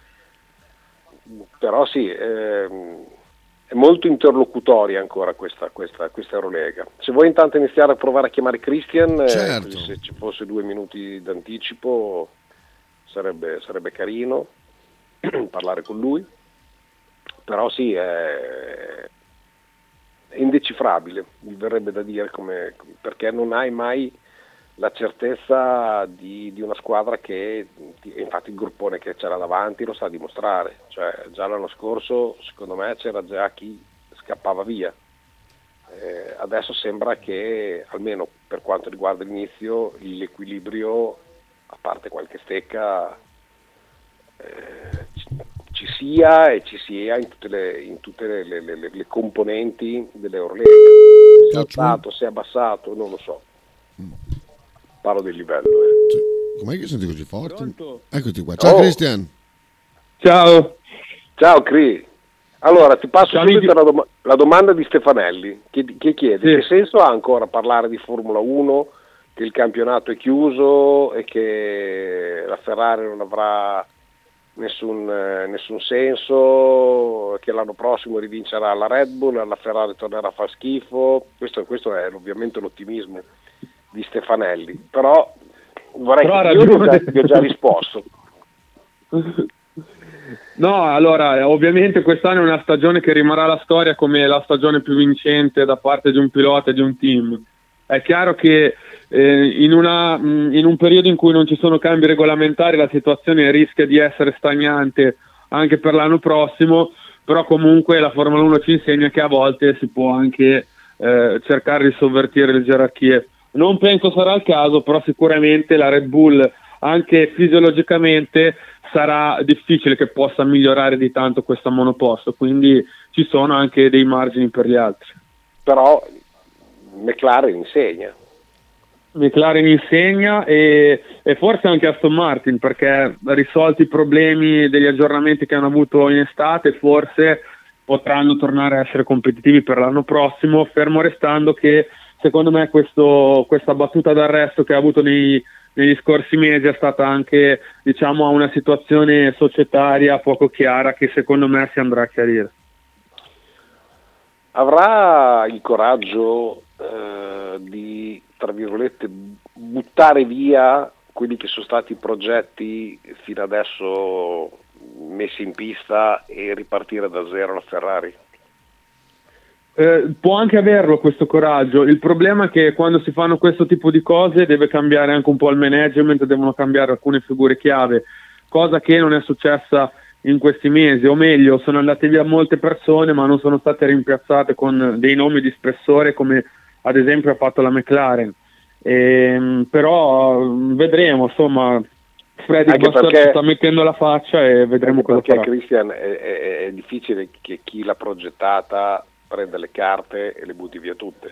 Però sì, ehm, è molto interlocutoria ancora questa, questa, questa Eurolega. Se vuoi intanto iniziare a provare a chiamare Christian, eh, Certo. così se ci fosse due minuti d'anticipo sarebbe, sarebbe carino parlare con lui. Però sì, è, è indecifrabile, mi verrebbe da dire, come, perché non hai mai la certezza di, di una squadra che, infatti il gruppone che c'era davanti lo sa dimostrare, cioè già l'anno scorso secondo me c'era già chi scappava via, eh, adesso sembra che almeno per quanto riguarda l'inizio l'equilibrio, a parte qualche stecca, eh, ci, ci sia e ci sia in tutte le, in tutte le, le, le, le componenti dell'Eurolega. Se è alzato, se è abbassato, non lo so. Parlo del livello. Eh. Cioè, com'è che senti così forte? Pronto? Eccoti qua. Ciao Oh. Christian. Ciao. Ciao Cri. Allora ti passo Ciao, subito amici. la, doma- la domanda di Stefanelli che, che chiede Sì. che senso ha ancora parlare di Formula uno, che il campionato è chiuso e che la Ferrari non avrà nessun, eh, nessun senso, che l'anno prossimo rivincerà la Red Bull, la Ferrari tornerà a far schifo. Questo, questo è ovviamente l'ottimismo di Stefanelli, però vorrei Però ha che io gli ho già, ragione. gli ho già risposto. No, allora, eh, ovviamente quest'anno è una stagione che rimarrà la storia come la stagione più vincente da parte di un pilota e di un team. È chiaro che eh, in, una, mh, in un periodo in cui non ci sono cambi regolamentari la situazione rischia di essere stagnante anche per l'anno prossimo, però comunque la Formula uno ci insegna che a volte si può anche eh, cercare di sovvertire le gerarchie. Non penso sarà il caso, però sicuramente la Red Bull anche fisiologicamente sarà difficile che possa migliorare di tanto questa monoposto, quindi ci sono anche dei margini per gli altri. Però McLaren insegna. McLaren insegna e, e forse anche Aston Martin, perché risolti i problemi degli aggiornamenti che hanno avuto in estate forse potranno tornare a essere competitivi per l'anno prossimo, fermo restando che secondo me questo, questa battuta d'arresto che ha avuto nei, negli scorsi mesi è stata anche, diciamo, a una situazione societaria poco chiara che secondo me si andrà a chiarire. Avrà il coraggio eh, di, tra virgolette, buttare via quelli che sono stati i progetti fino adesso messi in pista e ripartire da zero la Ferrari? Eh, può anche averlo questo coraggio, il problema è che quando si fanno questo tipo di cose deve cambiare anche un po' il management, devono cambiare alcune figure chiave, cosa che non è successa in questi mesi, o meglio sono andate via molte persone ma non sono state rimpiazzate con dei nomi di spessore come ad esempio ha fatto la McLaren. E, però vedremo, insomma, Freddy perché, sta mettendo la faccia e vedremo cosa perché farà. Christian è, è, è difficile che chi l'ha progettata prenda le carte e le butti via tutte.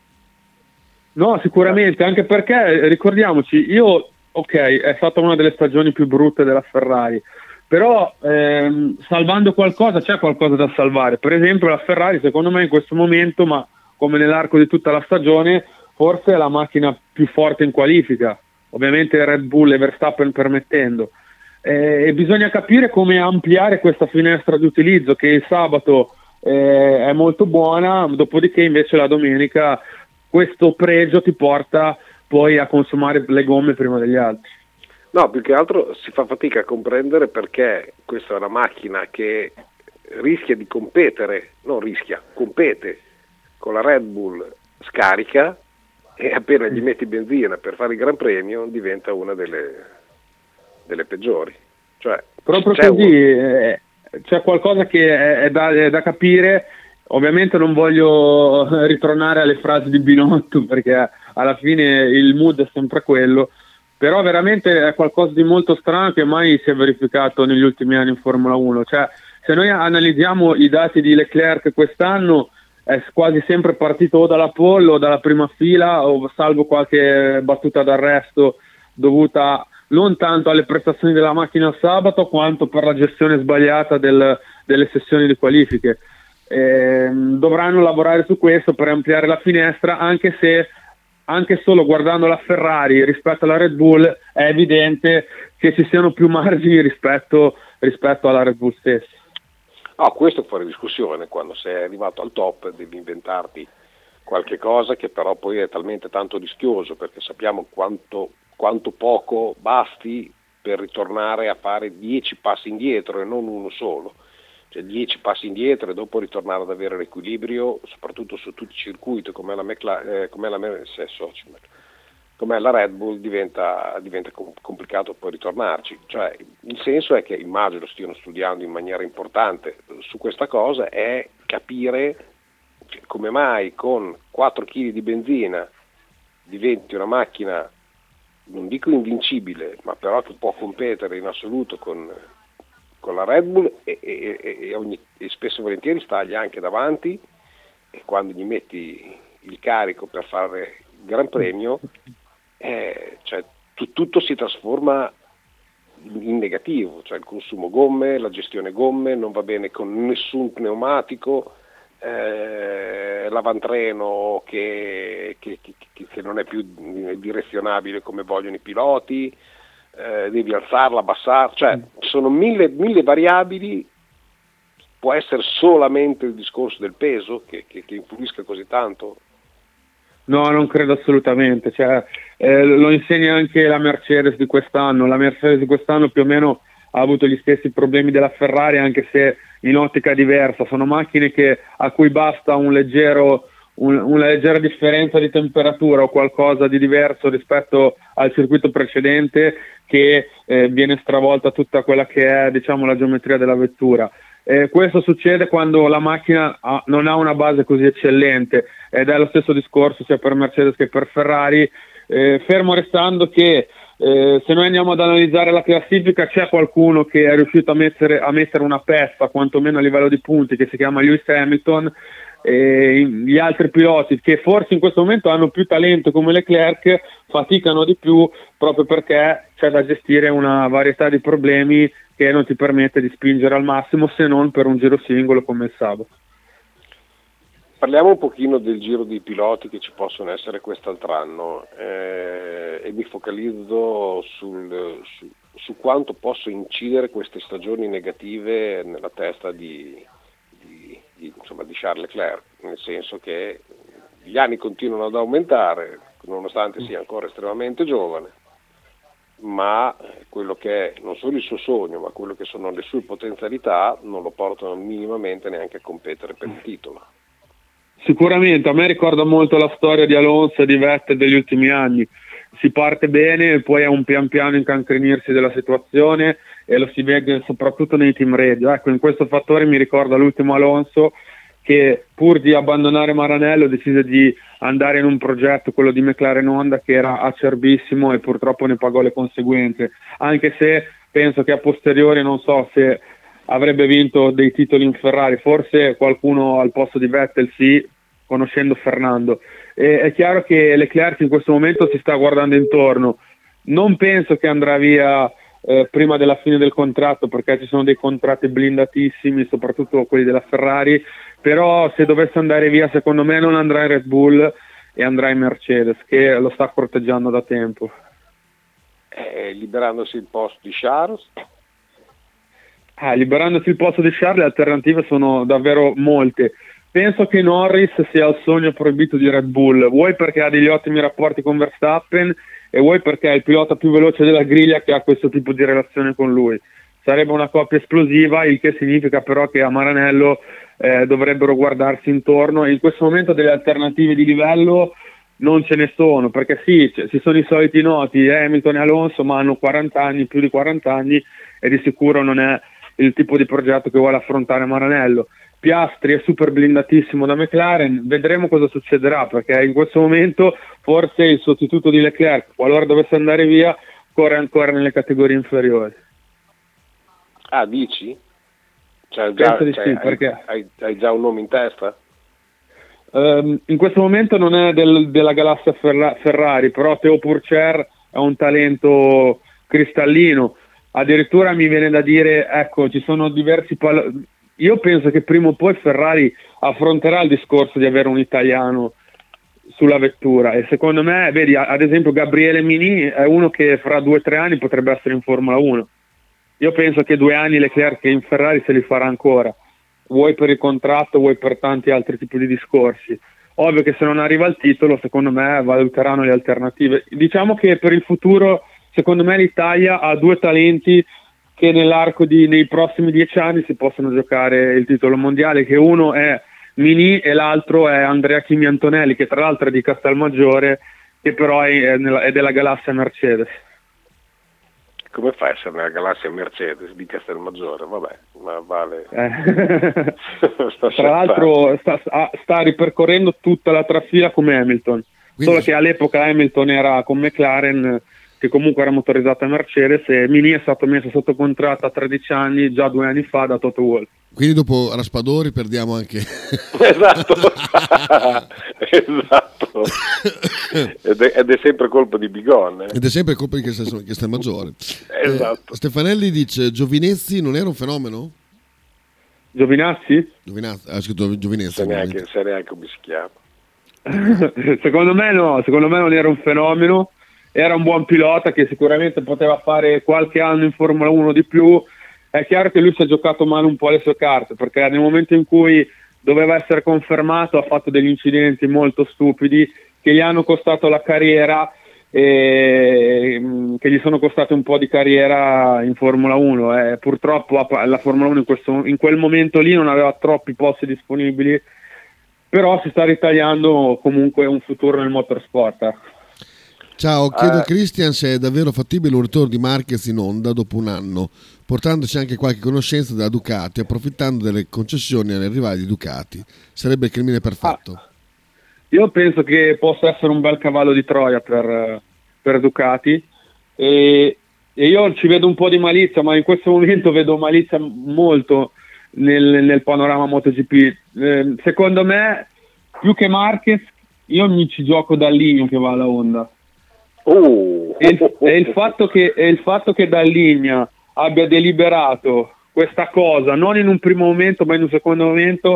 No, sicuramente, anche perché ricordiamoci, io ok, è stata una delle stagioni più brutte della Ferrari, però ehm, salvando qualcosa c'è qualcosa da salvare. Per esempio la Ferrari secondo me in questo momento, ma come nell'arco di tutta la stagione, forse è la macchina più forte in qualifica, ovviamente Red Bull e Verstappen permettendo, eh, e bisogna capire come ampliare questa finestra di utilizzo che il sabato eh, è molto buona, dopodiché invece la domenica questo pregio ti porta poi a consumare le gomme prima degli altri. No, più che altro si fa fatica a comprendere perché questa è una macchina che rischia di competere, non rischia, compete con la Red Bull, scarica, e appena gli metti benzina per fare il Gran Premio diventa una delle, delle peggiori. Cioè, proprio c'è così, un... eh, c'è qualcosa che è, è, da, è da capire. Ovviamente non voglio ritornare alle frasi di Binotto perché alla fine il mood è sempre quello, però veramente è qualcosa di molto strano che mai si è verificato negli ultimi anni in Formula uno. Cioè, se noi analizziamo i dati di Leclerc quest'anno, è quasi sempre partito o dalla pole o dalla prima fila, o salvo qualche battuta d'arresto dovuta non tanto alle prestazioni della macchina sabato quanto per la gestione sbagliata del, delle sessioni di qualifiche. Eh, dovranno lavorare su questo per ampliare la finestra, anche se anche solo guardando la Ferrari rispetto alla Red Bull è evidente che ci siano più margini rispetto, rispetto alla Red Bull stessa. Ah, questo è fuori discussione, quando sei arrivato al top devi inventarti qualche cosa che però poi è talmente tanto rischioso, perché sappiamo quanto, quanto poco basti per ritornare a fare dieci passi indietro e non uno solo, cioè dieci passi indietro e dopo ritornare ad avere l'equilibrio, soprattutto su tutti i circuiti come la McLaren, eh, come la, come la Red Bull diventa, diventa complicato poi ritornarci. Cioè, il senso è che immagino stiano studiando in maniera importante su questa cosa, è capire come mai con quattro chili di benzina diventi una macchina, non dico invincibile, ma però che può competere in assoluto con, con la Red Bull e, e, e, ogni, e spesso e volentieri stagli anche davanti, e quando gli metti il carico per fare il Gran Premio Eh, cioè, t- tutto si trasforma in, in negativo, cioè il consumo gomme, la gestione gomme non va bene con nessun pneumatico, eh, l'avantreno che, che, che, che non è più direzionabile come vogliono i piloti, eh, devi alzarla, abbassarla, cioè ci sono mille, mille variabili. Può essere solamente il discorso del peso che, che, che influisca così tanto? No, non credo assolutamente, cioè, eh, lo insegna anche la Mercedes di quest'anno. La Mercedes di quest'anno più o meno ha avuto gli stessi problemi della Ferrari, anche se in ottica diversa. Sono macchine che, a cui basta un leggero, un, una leggera differenza di temperatura o qualcosa di diverso rispetto al circuito precedente che eh, viene stravolta tutta quella che è, diciamo, la geometria della vettura. Eh, questo succede quando la macchina ha, non ha una base così eccellente, ed è lo stesso discorso sia per Mercedes che per Ferrari, eh, fermo restando che eh, se noi andiamo ad analizzare la classifica c'è qualcuno che è riuscito a mettere, a mettere una pezza, quantomeno a livello di punti, che si chiama Lewis Hamilton, e gli altri piloti che forse in questo momento hanno più talento come Leclerc faticano di più proprio perché c'è da gestire una varietà di problemi che non ti permette di spingere al massimo, se non per un giro singolo come il sabato. Parliamo un pochino del giro di piloti che ci possono essere quest'altro anno eh, e mi focalizzo sul, su, su quanto possono incidere queste stagioni negative nella testa di, di, di, insomma, di Charles Leclerc, nel senso che gli anni continuano ad aumentare nonostante sia ancora estremamente giovane, ma quello che è non solo il suo sogno ma quello che sono le sue potenzialità non lo portano minimamente neanche a competere per il titolo. Sicuramente, a me ricorda molto la storia di Alonso e di Vettel degli ultimi anni. Si parte bene, poi è un pian piano incancrenirsi della situazione e lo si vede soprattutto nei team radio. Ecco, in questo fattore mi ricorda l'ultimo Alonso che pur di abbandonare Maranello decise di andare in un progetto, quello di McLaren Honda, che era acerbissimo e purtroppo ne pagò le conseguenze, anche se penso che a posteriori non so se avrebbe vinto dei titoli in Ferrari, forse qualcuno al posto di Vettel sì, conoscendo Fernando. E è chiaro che Leclerc in questo momento si sta guardando intorno, non penso che andrà via eh, prima della fine del contratto, perché ci sono dei contratti blindatissimi, soprattutto quelli della Ferrari, però se dovesse andare via secondo me non andrà in Red Bull e andrà in Mercedes, che lo sta corteggiando da tempo. Eh, liberandosi il posto di Charles? Ah, liberandosi il posto di Charles, le alternative sono davvero molte. Penso che Norris sia il sogno proibito di Red Bull, vuoi perché ha degli ottimi rapporti con Verstappen e vuoi perché è il pilota più veloce della griglia che ha questo tipo di relazione con lui. Sarebbe una coppia esplosiva, il che significa però che a Maranello eh, dovrebbero guardarsi intorno, e in questo momento delle alternative di livello non ce ne sono, perché sì, c- ci sono i soliti noti, Hamilton e Alonso, ma hanno quaranta anni, più di quaranta anni, e di sicuro non è il tipo di progetto che vuole affrontare Maranello. Piastri è super blindatissimo da McLaren, vedremo cosa succederà, perché in questo momento forse il sostituto di Leclerc, qualora dovesse andare via, corre ancora nelle categorie inferiori. Ah, dici? Cioè, già, Penso di cioè, sì, hai, perché hai, hai già un nome in testa? um, in questo momento non è del, della galassia Ferra- Ferrari, però Théo Pourchaire è un talento cristallino. Addirittura mi viene da dire, ecco, ci sono diversi pal- io penso che prima o poi Ferrari affronterà il discorso di avere un italiano sulla vettura, e secondo me, vedi, ad esempio Gabriele Mini è uno che fra due o tre anni potrebbe essere in Formula uno. Io penso che due anni Leclerc in Ferrari se li farà ancora, vuoi per il contratto, vuoi per tanti altri tipi di discorsi. Ovvio che se non arriva al titolo, secondo me valuteranno le alternative. Diciamo che per il futuro, secondo me l'Italia ha due talenti che nell'arco di nei prossimi dieci anni si possono giocare il titolo mondiale, che uno è Mini e l'altro è Andrea Kimi Antonelli, che tra l'altro è di Castelmaggiore, che però è, è, nella, è della galassia Mercedes. Come fa a essere nella galassia Mercedes di Castelmaggiore? Vabbè, ma vale. Eh. Tra l'altro sta, sta ripercorrendo tutta la trafila come Hamilton. Quindi, solo che all'epoca Hamilton era con McLaren, che comunque era motorizzata Mercedes, e Mini è stato messo sotto contratto a tredici anni, già due anni fa, da Toto Wolff. Quindi dopo Raspadori perdiamo anche... Esatto, esatto. Ed è, ed è sempre colpa di Bigon. Eh? Ed è sempre colpa di Castelmaggiore. Esatto. Eh, Stefanelli dice, Giovinezzi non era un fenomeno? Giovinazzi? Giovinazzi, ha scritto Giovinezzi. Se neanche, se neanche come si chiama. Secondo me no, secondo me non era un fenomeno. Era un buon pilota che sicuramente poteva fare qualche anno in Formula uno di più. È chiaro che lui si è giocato male un po' le sue carte, perché nel momento in cui doveva essere confermato ha fatto degli incidenti molto stupidi che gli hanno costato la carriera, e che gli sono costati un po' di carriera in Formula uno. Eh, purtroppo la Formula uno in, questo, in quel momento lì non aveva troppi posti disponibili, però si sta ritagliando comunque un futuro nel motorsport. Ciao, chiedo Eh. a Christian se è davvero fattibile un ritorno di Marquez in Honda dopo un anno, portandoci anche qualche conoscenza della Ducati, approfittando delle concessioni alle rivali di Ducati. Sarebbe il crimine perfetto. Ah, io penso che possa essere un bel cavallo di Troia per, per Ducati, e, e io ci vedo un po' di malizia, ma in questo momento vedo malizia molto nel, nel panorama MotoGP. Eh, secondo me, più che Marquez, io mi ci gioco Dalligno che va alla Honda. Oh. E, il, e, il fatto che, e il fatto che Dalligna abbia deliberato questa cosa, non in un primo momento ma in un secondo momento,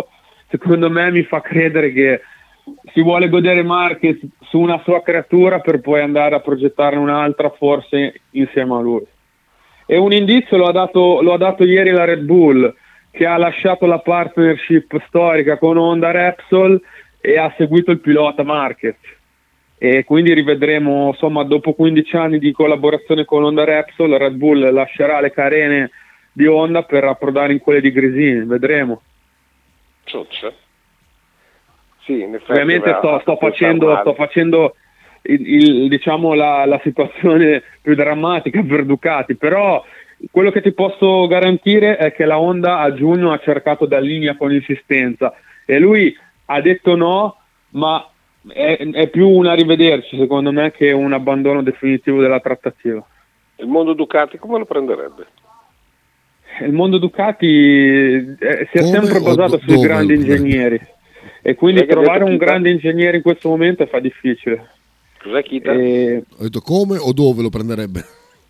secondo me mi fa credere che si vuole godere Marquez su una sua creatura per poi andare a progettarne un'altra forse insieme a lui. E un indizio lo ha dato, lo ha dato ieri la Red Bull, che ha lasciato la partnership storica con Honda Repsol e ha seguito il pilota Marquez. E quindi rivedremo, insomma, dopo quindici anni di collaborazione con Honda Repsol, Red Bull lascerà le carene di Honda per approdare in quelle di Gresini, vedremo. Cioccia. Sì, in effetti ovviamente sto, sto facendo, sto facendo il, il, diciamo la, la situazione più drammatica per Ducati, però quello che ti posso garantire è che la Honda a giugno ha cercato da linea con insistenza e lui ha detto no, ma è, è più un arrivederci secondo me che un abbandono definitivo della trattativa. Il mondo Ducati come lo prenderebbe? Il mondo Ducati eh, si è Come sempre basato do- sui dove grandi lo ingegneri e quindi Cos'è che ha trovare detto un Kita? grande ingegnere in questo momento fa difficile. Cos'è Kita? E... Ho detto come o dove lo prenderebbe?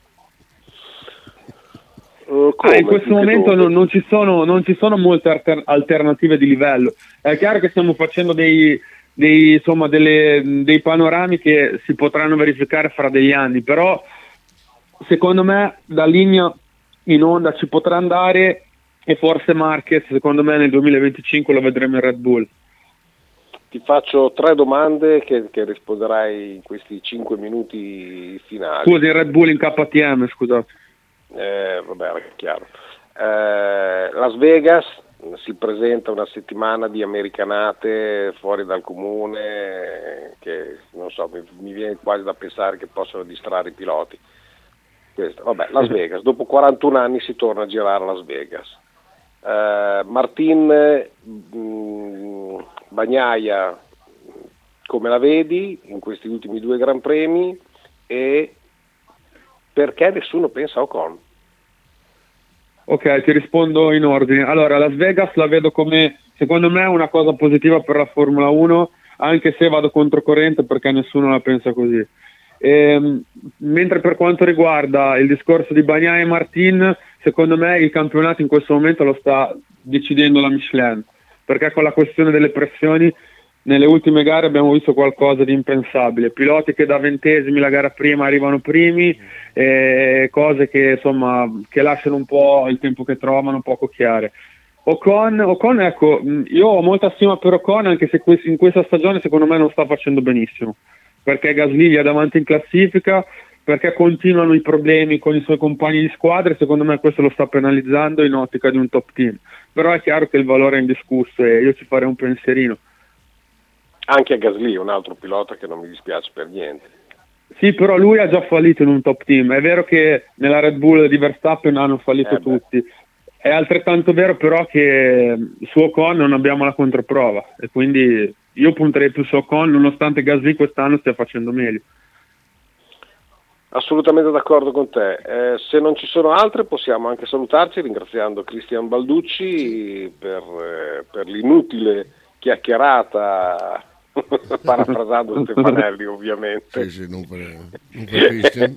Uh, Ah, in come? questo Più che momento dove? non, non ci sono, non ci sono molte alter- alternative di livello. È chiaro che stiamo facendo dei, dei, insomma, delle, dei panorami che si potranno verificare fra degli anni, però secondo me da linea in Honda ci potrà andare e forse Marquez secondo me nel duemilaventicinque lo vedremo in Red Bull. Ti faccio tre domande che, che risponderai in questi cinque minuti finali. Scusi, in Red Bull in K T M, scusate. Eh, vabbè, era chiaro. Eh, Las Vegas si presenta una settimana di americanate fuori dal comune che non so, mi, mi viene quasi da pensare che possano distrarre i piloti. Questo. Vabbè, Las Vegas, dopo quarantuno anni si torna a girare a Las Vegas. Eh, Martin mh, Bagnaia, come la vedi in questi ultimi due Gran Premi e perché nessuno pensa a Ocon? Ok, ti rispondo in ordine. Allora, Las Vegas la vedo come, secondo me, una cosa positiva per la Formula uno, anche se vado controcorrente perché nessuno la pensa così. Ehm, mentre per quanto riguarda il discorso di Bagnaia e Martin, secondo me il campionato in questo momento lo sta decidendo la Michelin, perché con la questione delle pressioni nelle ultime gare abbiamo visto qualcosa di impensabile, piloti che da ventesimi la gara prima arrivano primi, eh, cose che insomma che lasciano un po' il tempo che trovano poco chiare. Ocon, Ocon ecco, io ho molta stima per Ocon, anche se in questa stagione secondo me non sta facendo benissimo, perché Gasly gli è davanti in classifica, perché continuano i problemi con i suoi compagni di squadra e secondo me questo lo sta penalizzando in ottica di un top team, però è chiaro che il valore è indiscusso e io ci farei un pensierino. Anche a Gasly, un altro pilota che non mi dispiace per niente. Sì, però lui ha già fallito in un top team. È vero che nella Red Bull di Verstappen hanno fallito Eh tutti. È altrettanto vero però che su Ocon non abbiamo la controprova e quindi io punterei più su Ocon nonostante Gasly quest'anno stia facendo meglio. Assolutamente d'accordo con te. Eh, se non ci sono altre possiamo anche salutarci ringraziando Cristian Balducci per, eh, per l'inutile chiacchierata parafrasando Stefanelli ovviamente. Sì, sì, non per, non per Christian.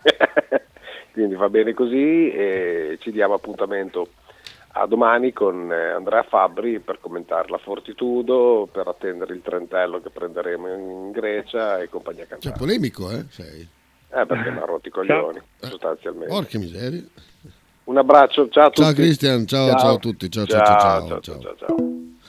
Quindi va bene così e ci diamo appuntamento a domani con Andrea Fabbri per commentare la Fortitudo, per attendere il trentello che prenderemo in Grecia e compagnia cantante. Cioè, polemico, eh? Sei. Eh, perché mi ha rotti i coglioni, Ciao. sostanzialmente. Porca miseria. Un abbraccio, ciao a tutti. Ciao Cristian, ciao, ciao, ciao a tutti. Ciao, ciao, ciao, ciao, ciao, ciao. ciao, ciao.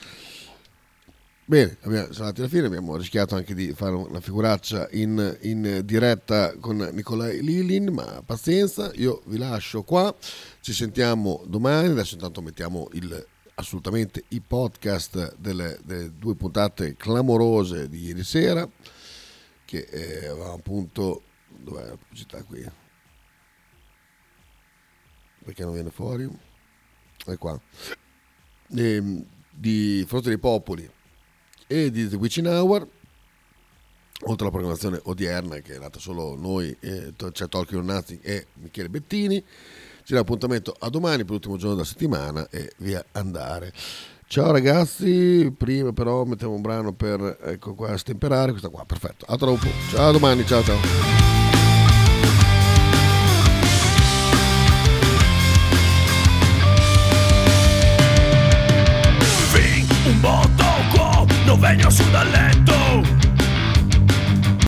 Bene, abbiamo, siamo andati alla fine, abbiamo rischiato anche di fare una figuraccia in, in diretta con Nicolai Lilin, ma pazienza, io vi lascio qua, ci sentiamo domani, adesso intanto mettiamo il, assolutamente i podcast delle, delle due puntate clamorose di ieri sera, che eh, avevamo appunto, dov'è la pubblicità qui? Perché non viene fuori? È qua. E, di Fronte dei Popoli e di The Witching Hour, oltre alla programmazione odierna che è nata solo noi, eh, c'è Talking on Nothing e Michele Bettini. Ci dà appuntamento a domani per l'ultimo giorno della settimana e via andare. Ciao ragazzi, prima però mettiamo un brano per, ecco qua, stemperare, questa qua, perfetto, a dopo, ciao, a domani, ciao ciao.